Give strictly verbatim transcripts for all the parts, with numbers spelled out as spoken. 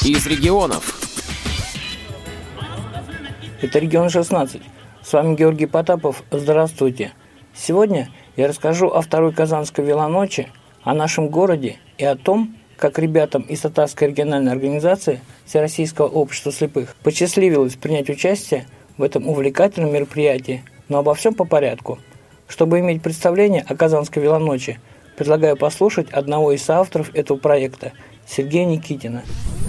из регионов. Это «Регион шестнадцать». С вами Георгий Потапов. Здравствуйте. Сегодня я расскажу о второй Казанской велоночи, о нашем городе и о том, как ребятам из Татарской региональной организации Всероссийского общества слепых посчастливилось принять участие в этом увлекательном мероприятии. Но обо всем по порядку. Чтобы иметь представление о Казанской велоночи, предлагаю послушать одного из авторов этого проекта, Сергея Никитина.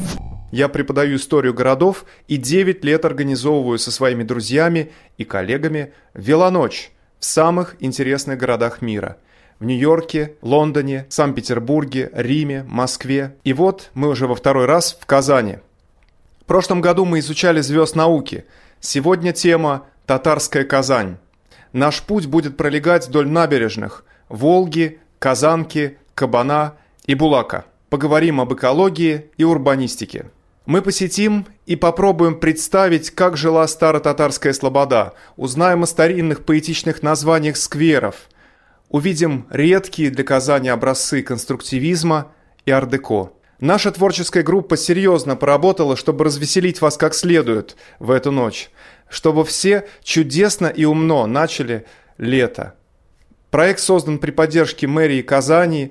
Я преподаю историю городов и девять лет организовываю со своими друзьями и коллегами велоночь в самых интересных городах мира. В Нью-Йорке, Лондоне, Санкт-Петербурге, Риме, Москве. И вот мы уже во второй раз в Казани. В прошлом году мы изучали звезд науки. Сегодня тема «Татарская Казань». Наш путь будет пролегать вдоль набережных Волги, Казанки, Кабана и Булака. Поговорим об экологии и урбанистике. Мы посетим и попробуем представить, как жила старо-татарская слобода, узнаем о старинных поэтичных названиях скверов, увидим редкие для Казани образцы конструктивизма и ар-деко. Наша творческая группа серьезно поработала, чтобы развеселить вас как следует в эту ночь, чтобы все чудесно и умно начали лето. Проект создан при поддержке мэрии Казани,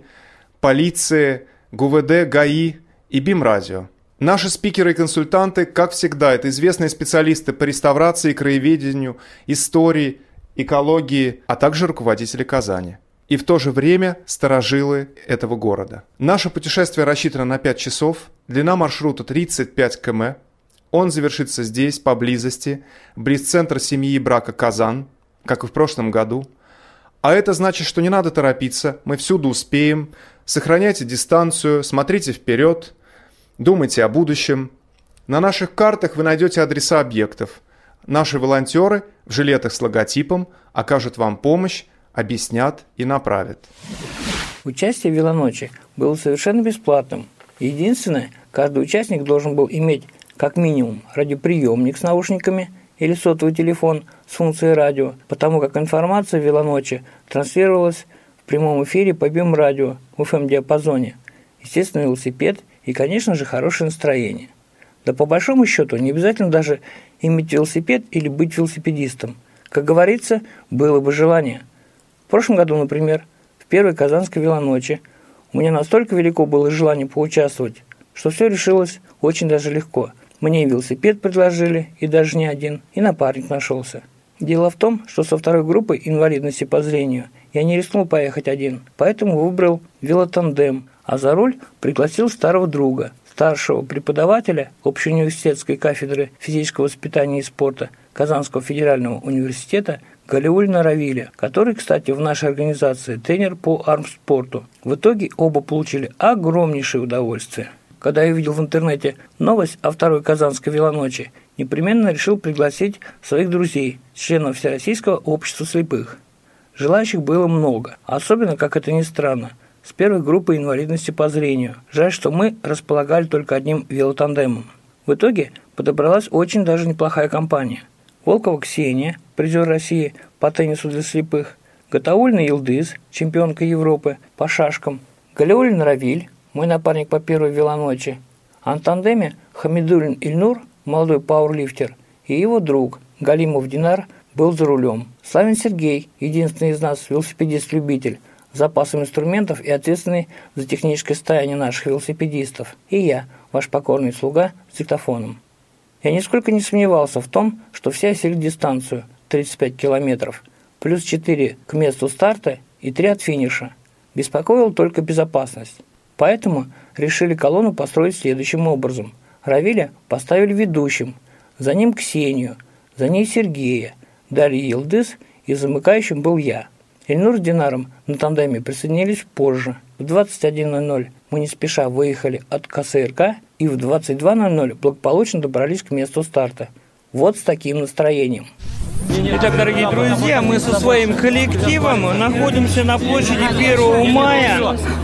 полиции, ГУВД, ГАИ и БИМ-радио. Наши спикеры и консультанты, как всегда, это известные специалисты по реставрации, краеведению, истории, экологии, а также руководители Казани. И в то же время старожилы этого города. Наше путешествие рассчитано на пять часов, длина маршрута тридцать пять километров. Он завершится здесь, поблизости, близ центра семьи и брака Казан, как и в прошлом году. А это значит, что не надо торопиться, мы всюду успеем. Сохраняйте дистанцию, смотрите вперед, думайте о будущем. На наших картах вы найдете адреса объектов. Наши волонтеры в жилетах с логотипом окажут вам помощь, объяснят и направят. Участие в велоночи было совершенно бесплатным. Единственное, каждый участник должен был иметь как минимум радиоприемник с наушниками или сотовый телефон с функцией радио, потому как информация в велоночи транслировалась в прямом эфире по БИМ-радио в эф эм-диапазоне. Естественно, велосипед и, конечно же, хорошее настроение. Да по большому счету не обязательно даже иметь велосипед или быть велосипедистом. Как говорится, было бы желание. В прошлом году, например, в первой Казанской велоночи у меня настолько велико было желание поучаствовать, что все решилось очень даже легко. Мне и велосипед предложили, и даже не один, и напарник нашелся. Дело в том, что со второй группой инвалидности по зрению я не рискнул поехать один, поэтому выбрал велотандем, а за руль пригласил старого друга, старшего преподавателя общеуниверситетской кафедры физического воспитания и спорта Казанского федерального университета Галиуллина Равиля, который, кстати, в нашей организации тренер по армспорту. В итоге оба получили огромнейшее удовольствие. Когда я увидел в интернете новость о второй Казанской велоночи, непременно решил пригласить своих друзей, членов Всероссийского общества слепых. Желающих было много, особенно, как это ни странно, с первой группой инвалидности по зрению. Жаль, что мы располагали только одним велотандемом. В итоге подобралась очень даже неплохая компания. Волкова Ксения, призер России по теннису для слепых, Гатаульна Йылдыз, чемпионка Европы по шашкам, Галиуллин Равиль, мой напарник по первой велоночи, а на тандеме Хамидуллин Ильнур, молодой пауэрлифтер, и его друг Галимов Динар был за рулем. Славин Сергей, единственный из нас велосипедист-любитель, с запасом инструментов и ответственный за техническое состояние наших велосипедистов. И я, ваш покорный слуга, с диктофоном. Я нисколько не сомневался в том, что все осилят дистанцию тридцать пять километров, плюс четыре к месту старта и три от финиша. Беспокоила только безопасность. Поэтому решили колонну построить следующим образом. Равиля поставили ведущим, за ним Ксению, за ней Сергея, далее Йылдыз, и замыкающим был я. Ильнур с Динаром на тандеме присоединились позже. В двадцать один ноль ноль мы не спеша выехали от ка эс эр ка и в двадцать два ноль ноль благополучно добрались к месту старта. Вот с таким настроением. Итак, дорогие друзья, мы со своим коллективом находимся на площади первого мая.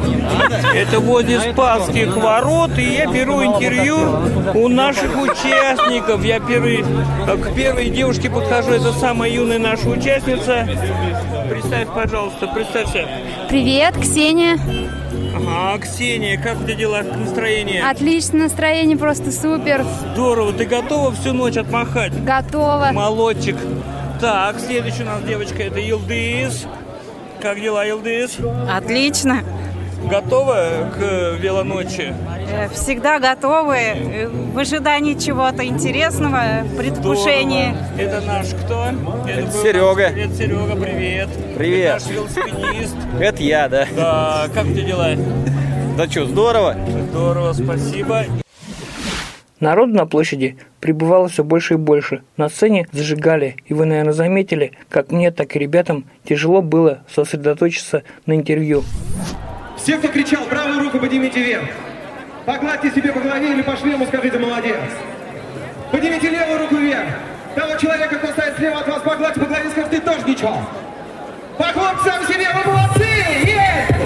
Это возле Спасских ворот, и я беру интервью у наших участников. Я первый, к первой девушке подхожу, это самая юная наша участница. Представь, пожалуйста, представься. Привет, Ксения. Ага. А, Ксения, как у тебя дела, настроение? Отлично, настроение просто супер. Здорово, ты готова всю ночь отмахать? Готова. Молодчик. Так, следующая у нас девочка, это Илдыз. Как дела, Илдыз? Отлично. Готова к велоночи? Всегда готовы. В ожидании чего-то интересного, предвкушении. Здорово. Это наш кто? Это, это Серега. Наш, это Серега, привет. Привет. Это наш велосипедист. Это я, да. Да, как у тебя дела? Да что, здорово. Здорово, спасибо. Народу на площади прибывало все больше и больше. На сцене зажигали, и вы, наверное, заметили, как мне, так и ребятам тяжело было сосредоточиться на интервью. Все, кто кричал, правую руку поднимите вверх. Погладьте себе по голове или по шлему, скажите «молодец». Поднимите левую руку вверх. Того человека, кто стоит слева от вас, погладьте по голове и скажите «тоже ничего». Похлопайте сам себе, вы молодцы! Есть!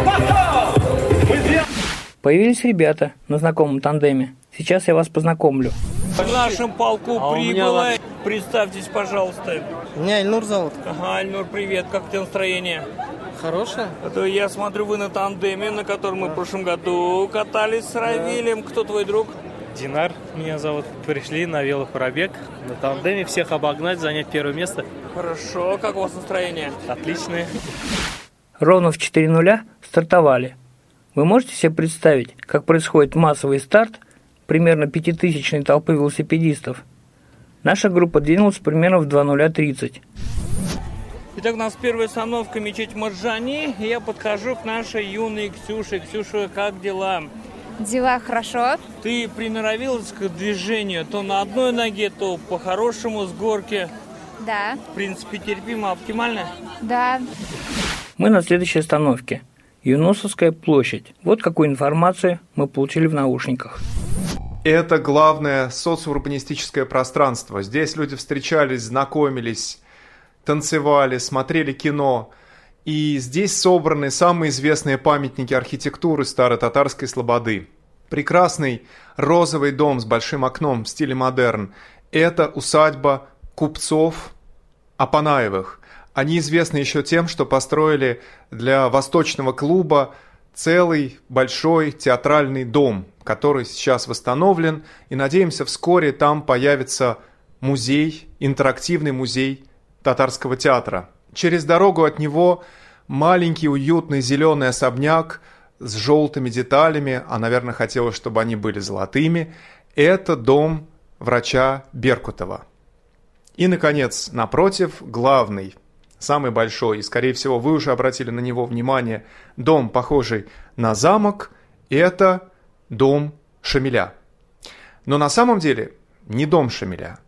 Пошел! Появились ребята на знакомом тандеме. Сейчас я вас познакомлю. В нашем полку а прибыло. меня... Представьтесь, пожалуйста. Меня Ильнур зовут. Ага, Ильнур, привет. Как у тебя настроение? Хорошее. А то я смотрю, вы на тандеме, на котором мы в прошлом году катались с Равилем. Кто твой друг? Динар меня зовут. Пришли на велопробег, на тандеме всех обогнать, занять первое место. Хорошо. Как у вас настроение? Отличное. Ровно в четыре нуля стартовали. Вы можете себе представить, как происходит массовый старт примерно пятитысячной толпы велосипедистов? Наша группа двинулась примерно в два нуля тридцать. Итак, у нас первая остановка мечеть Марджани, и я подхожу к нашей юной Ксюше. Ксюша, как дела? Дела хорошо. Ты приноровилась к движению то на одной ноге, то по-хорошему с горки. Да. В принципе, терпимо, оптимально? Да. Мы на следующей остановке. Юнусовская площадь. Вот какую информацию мы получили в наушниках. Это главное социоурбанистическое пространство. Здесь люди встречались, знакомились, танцевали, смотрели кино. И здесь собраны самые известные памятники архитектуры старо-татарской слободы. Прекрасный розовый дом с большим окном в стиле модерн. Это усадьба купцов Апанаевых. Они известны еще тем, что построили для Восточного клуба целый большой театральный дом, который сейчас восстановлен. И, надеемся, вскоре там появится музей, интерактивный музей татарского театра. Через дорогу от него маленький уютный зеленый особняк с желтыми деталями, а, наверное, хотелось, чтобы они были золотыми. Это дом врача Беркутова. И, наконец, напротив, главный, самый большой, и, скорее всего, вы уже обратили на него внимание, дом, похожий на замок, это дом Шамиля. Но на самом деле не дом Шамиля.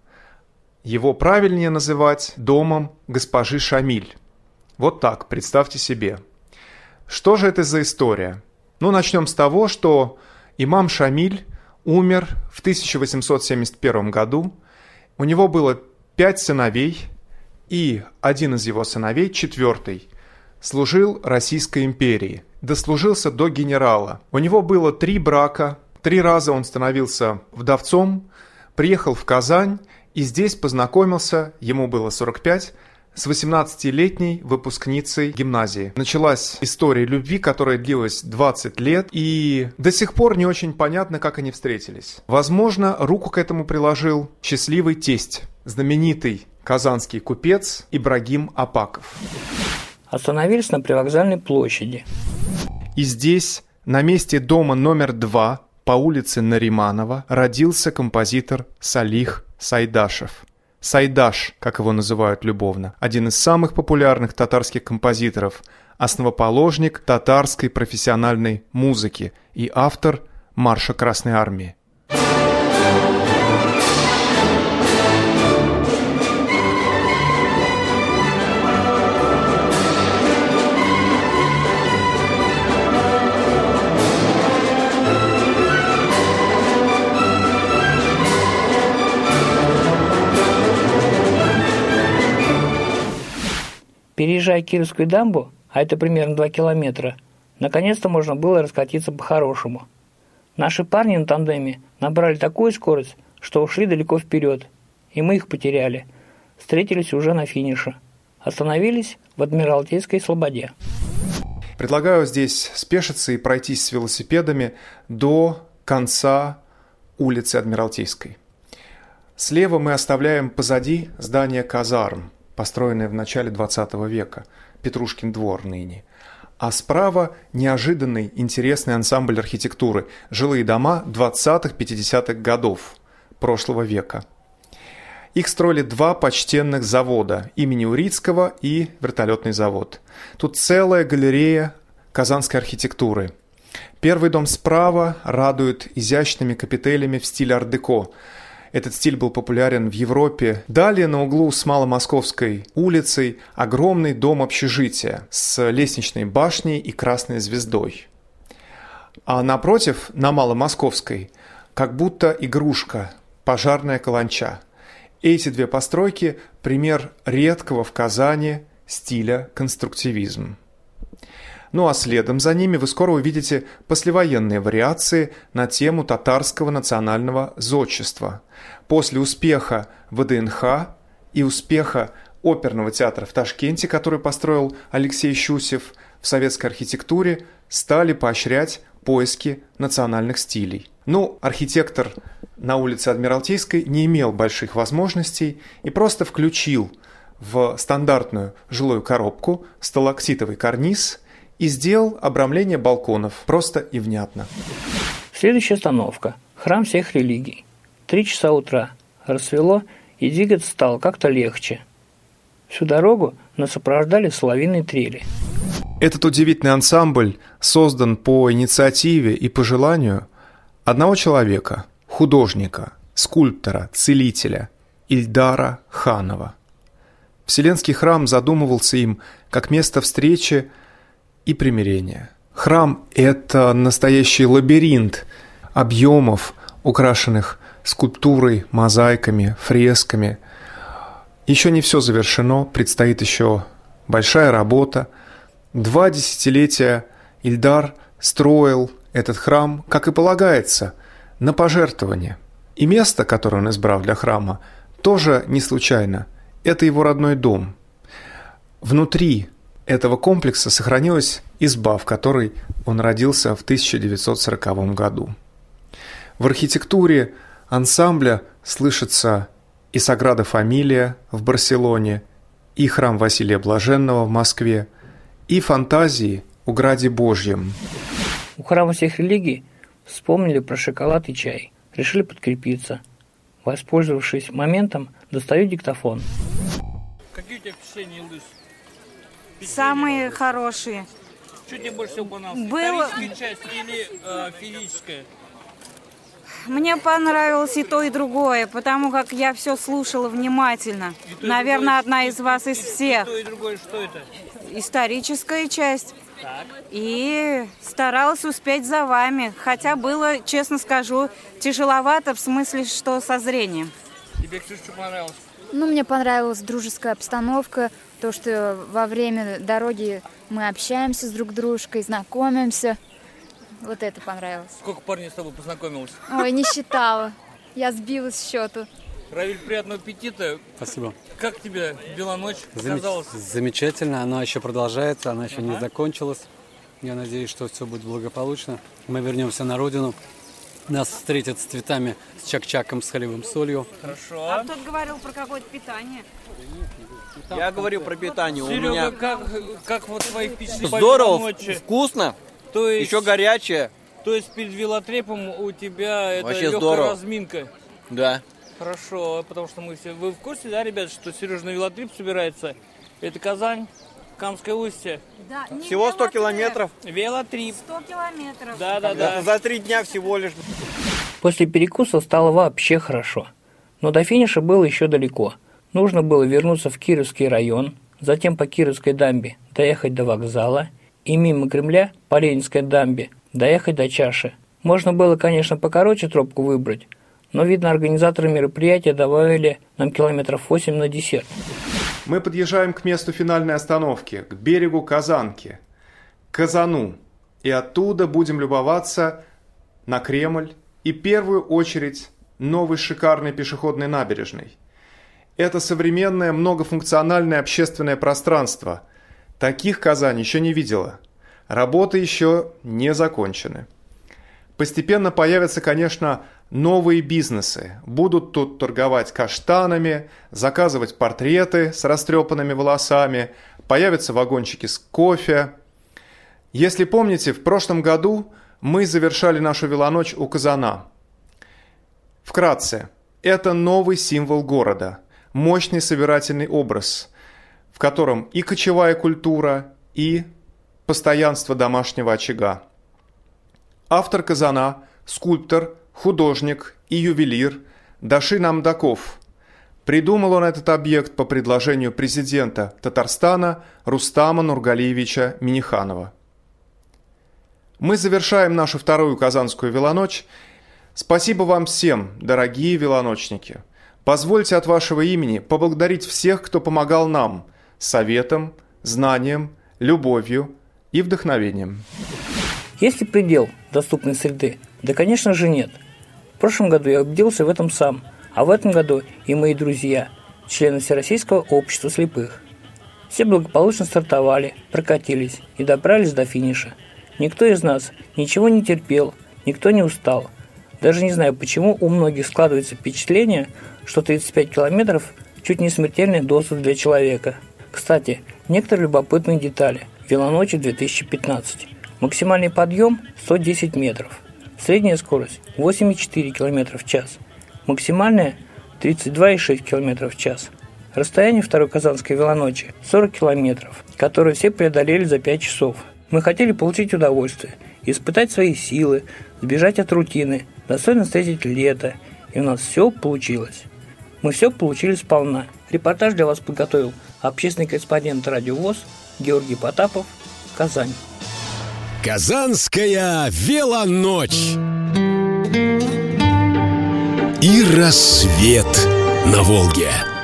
Его правильнее называть домом госпожи Шамиль. Вот так, представьте себе. Что же это за история? Ну, начнем с того, что имам Шамиль умер в тысяча восемьсот семьдесят первом году. У него было пять сыновей, и один из его сыновей, четвертый, служил Российской империи, дослужился до генерала. У него было три брака, три раза он становился вдовцом, приехал в Казань и здесь познакомился, ему было сорок пять, с восемнадцатилетней выпускницей гимназии. Началась история любви, которая длилась двадцать лет, и до сих пор не очень понятно, как они встретились. Возможно, руку к этому приложил счастливый тесть, знаменитый казанский купец Ибрагим Апаков. Остановились на привокзальной площади. И здесь, на месте дома номер два, по улице Нариманова, родился композитор Салих Сайдашев. Сайдаш, как его называют любовно, один из самых популярных татарских композиторов, основоположник татарской профессиональной музыки и автор марша Красной Армии. Переезжая Кировскую дамбу, а это примерно два километра, наконец-то можно было раскатиться по-хорошему. Наши парни на тандеме набрали такую скорость, что ушли далеко вперед, и мы их потеряли. Встретились уже на финише. Остановились в Адмиралтейской слободе. Предлагаю здесь спешиться и пройтись с велосипедами до конца улицы Адмиралтейской. Слева мы оставляем позади здание казарм, построенное в начале двадцатого века, Петрушкин двор ныне. А справа неожиданный интересный ансамбль архитектуры, жилые дома двадцатых-пятидесятых годов прошлого века. Их строили два почтенных завода имени Урицкого и вертолетный завод. Тут целая галерея казанской архитектуры. Первый дом справа радует изящными капителями в стиле ар-деко. Этот стиль был популярен в Европе. Далее на углу с Маломосковской улицей огромный дом общежития с лестничной башней и красной звездой. А напротив, на Маломосковской, как будто игрушка, пожарная каланча. Эти две постройки – пример редкого в Казани стиля конструктивизм. Ну а следом за ними вы скоро увидите послевоенные вариации на тему татарского национального зодчества. После успеха вэ дэ эн ха и успеха оперного театра в Ташкенте, который построил Алексей Щусев, в советской архитектуре стали поощрять поиски национальных стилей. Ну, архитектор на улице Адмиралтейской не имел больших возможностей и просто включил в стандартную жилую коробку сталактитовый карниз и сделал обрамление балконов просто и внятно. Следующая остановка – храм всех религий. Три часа утра. Рассвело, и двигаться стало как-то легче. Всю дорогу нас сопровождали соловьиные трели. Этот удивительный ансамбль создан по инициативе и по желанию одного человека, художника, скульптора, целителя Ильдара Ханова. Вселенский храм задумывался им как место встречи и примирения. Храм – это настоящий лабиринт объемов, украшенных скульптурой, мозаиками, фресками. Еще не все завершено, предстоит еще большая работа. Два десятилетия Ильдар строил этот храм, как и полагается, на пожертвование. И место, которое он избрал для храма, тоже не случайно. Это его родной дом. Внутри этого комплекса сохранилась изба, в которой он родился в тысяча девятьсот сороковом году. В архитектуре ансамбля слышится и Саграда Фамилия в Барселоне, и храм Василия Блаженного в Москве, и фантазии о Граде Божьем. У храма всех религий вспомнили про шоколад и чай. Решили подкрепиться. Воспользовавшись моментом, достаю диктофон. Какие у тебя впечатления, Илдус? Самые хорошие. Что тебе больше всего понравилось? Было... Историческая часть или э, физическая? Мне понравилось и то, и другое, потому как я все слушала внимательно. И Наверное, другое, одна и, из вас и, из и, всех. И то, и другое, что это? Историческая часть. Так. И старалась успеть за вами. Хотя было, честно скажу, тяжеловато в смысле, что со зрением. Тебе, Ксюша, что понравилось? Ну, мне понравилась дружеская обстановка, то, что во время дороги мы общаемся с друг дружкой, знакомимся. Вот это понравилось. Сколько парней с тобой познакомилось? Ой, не считала. Я сбилась с счету. Равиль, приятного аппетита. Спасибо. Как тебе Белоночь показалась? Замеч... Замечательно. Она еще продолжается, она еще ага. не закончилась. Я надеюсь, что все будет благополучно. Мы вернемся на родину. Нас встретят с цветами, с чак-чаком, с хлебом, солью. Хорошо. А кто-то говорил про какое-то питание. Я говорю про питание. Серега, У меня как, как вот твои впечатления? здорово, вкусно, то есть, еще горячее. То есть перед велотрепом у тебя это Вообще легкая здорово. разминка? Да. Хорошо, потому что мы все... Вы в курсе, да, ребят, что Сережа на велотрип собирается? Это Казань, Камское устье. Да, Всего сто километров. Велотрип. сто километров. Да, да, Это да. за три дня всего лишь. После перекуса стало вообще хорошо. Но до финиша было еще далеко. Нужно было вернуться в Кировский район, затем по Кировской дамбе доехать до вокзала и мимо Кремля по Ленинской дамбе доехать до Чаши. Можно было, конечно, покороче тропку выбрать, но, видно, организаторы мероприятия добавили нам километров восемь на десерт. Мы подъезжаем к месту финальной остановки, к берегу Казанки, к Казану. И оттуда будем любоваться на Кремль и в первую очередь новой шикарной пешеходной набережной. Это современное многофункциональное общественное пространство. Таких Казань еще не видела. Работы еще не закончены. Постепенно появятся, конечно, новые бизнесы. Будут тут торговать каштанами, заказывать портреты с растрепанными волосами, появятся вагончики с кофе. Если помните, в прошлом году мы завершали нашу велоночь у Казана. Вкратце, это новый символ города, мощный собирательный образ, в котором и кочевая культура, и постоянство домашнего очага. Автор Казана, скульптор, художник и ювелир Дашин Амдаков. Придумал он этот объект по предложению президента Татарстана Рустама Нургалиевича Минниханова. Мы завершаем нашу вторую Казанскую велоночь. Спасибо вам всем, дорогие велоночники. Позвольте от вашего имени поблагодарить всех, кто помогал нам советом, знанием, любовью и вдохновением. Есть ли предел доступной среды? Да, конечно же, нет. В прошлом году я убедился в этом сам, а в этом году и мои друзья, члены Всероссийского общества слепых. Все благополучно стартовали, прокатились и добрались до финиша. Никто из нас ничего не терпел, никто не устал. Даже не знаю, почему у многих складывается впечатление, что тридцать пять километров – чуть не смертельный досуг для человека. Кстати, некоторые любопытные детали. Велоночи две тысячи пятнадцать. Максимальный подъем – сто десять метров. Средняя скорость – восемь и четыре километра в час. Максимальная – тридцать два и шесть километра в час. Расстояние второй Казанской велоночи – сорок километров, которые все преодолели за пять часов. Мы хотели получить удовольствие, испытать свои силы, сбежать от рутины, достойно встретить лето, и у нас все получилось. Мы все получили сполна. Репортаж для вас подготовил общественный корреспондент Радио ВОС Георгий Потапов, Казань. Казанская велоночь. И рассвет на Волге.